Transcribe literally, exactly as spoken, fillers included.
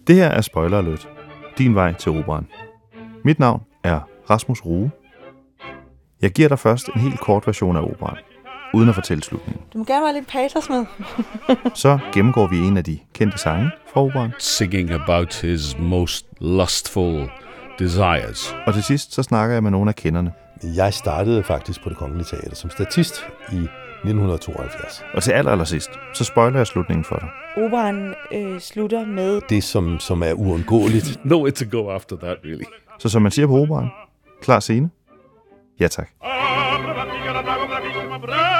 Det her er Spoiler Alert. Din vej til operaen. Mit navn er Rasmus Rue. Jeg giver dig først en helt kort version af operaen, uden at fortælle slutningen. Du må gerne være lidt patos med. Så gennemgår vi en af de kendte sange fra operaen. Singing about his most lustful desires. Og til sidst, så snakker jeg med nogle af kenderne. Jeg startede faktisk på Det Kongelige Teater som statist i nitten tooghalvfjerds. Og til aller, aller sidst, så spoiler jeg slutningen for dig. Operaen øh, slutter med... Det, som, som er uundgåeligt. Nowhere to go after that, really. Så som man siger på operaen, klar scene? Ja tak.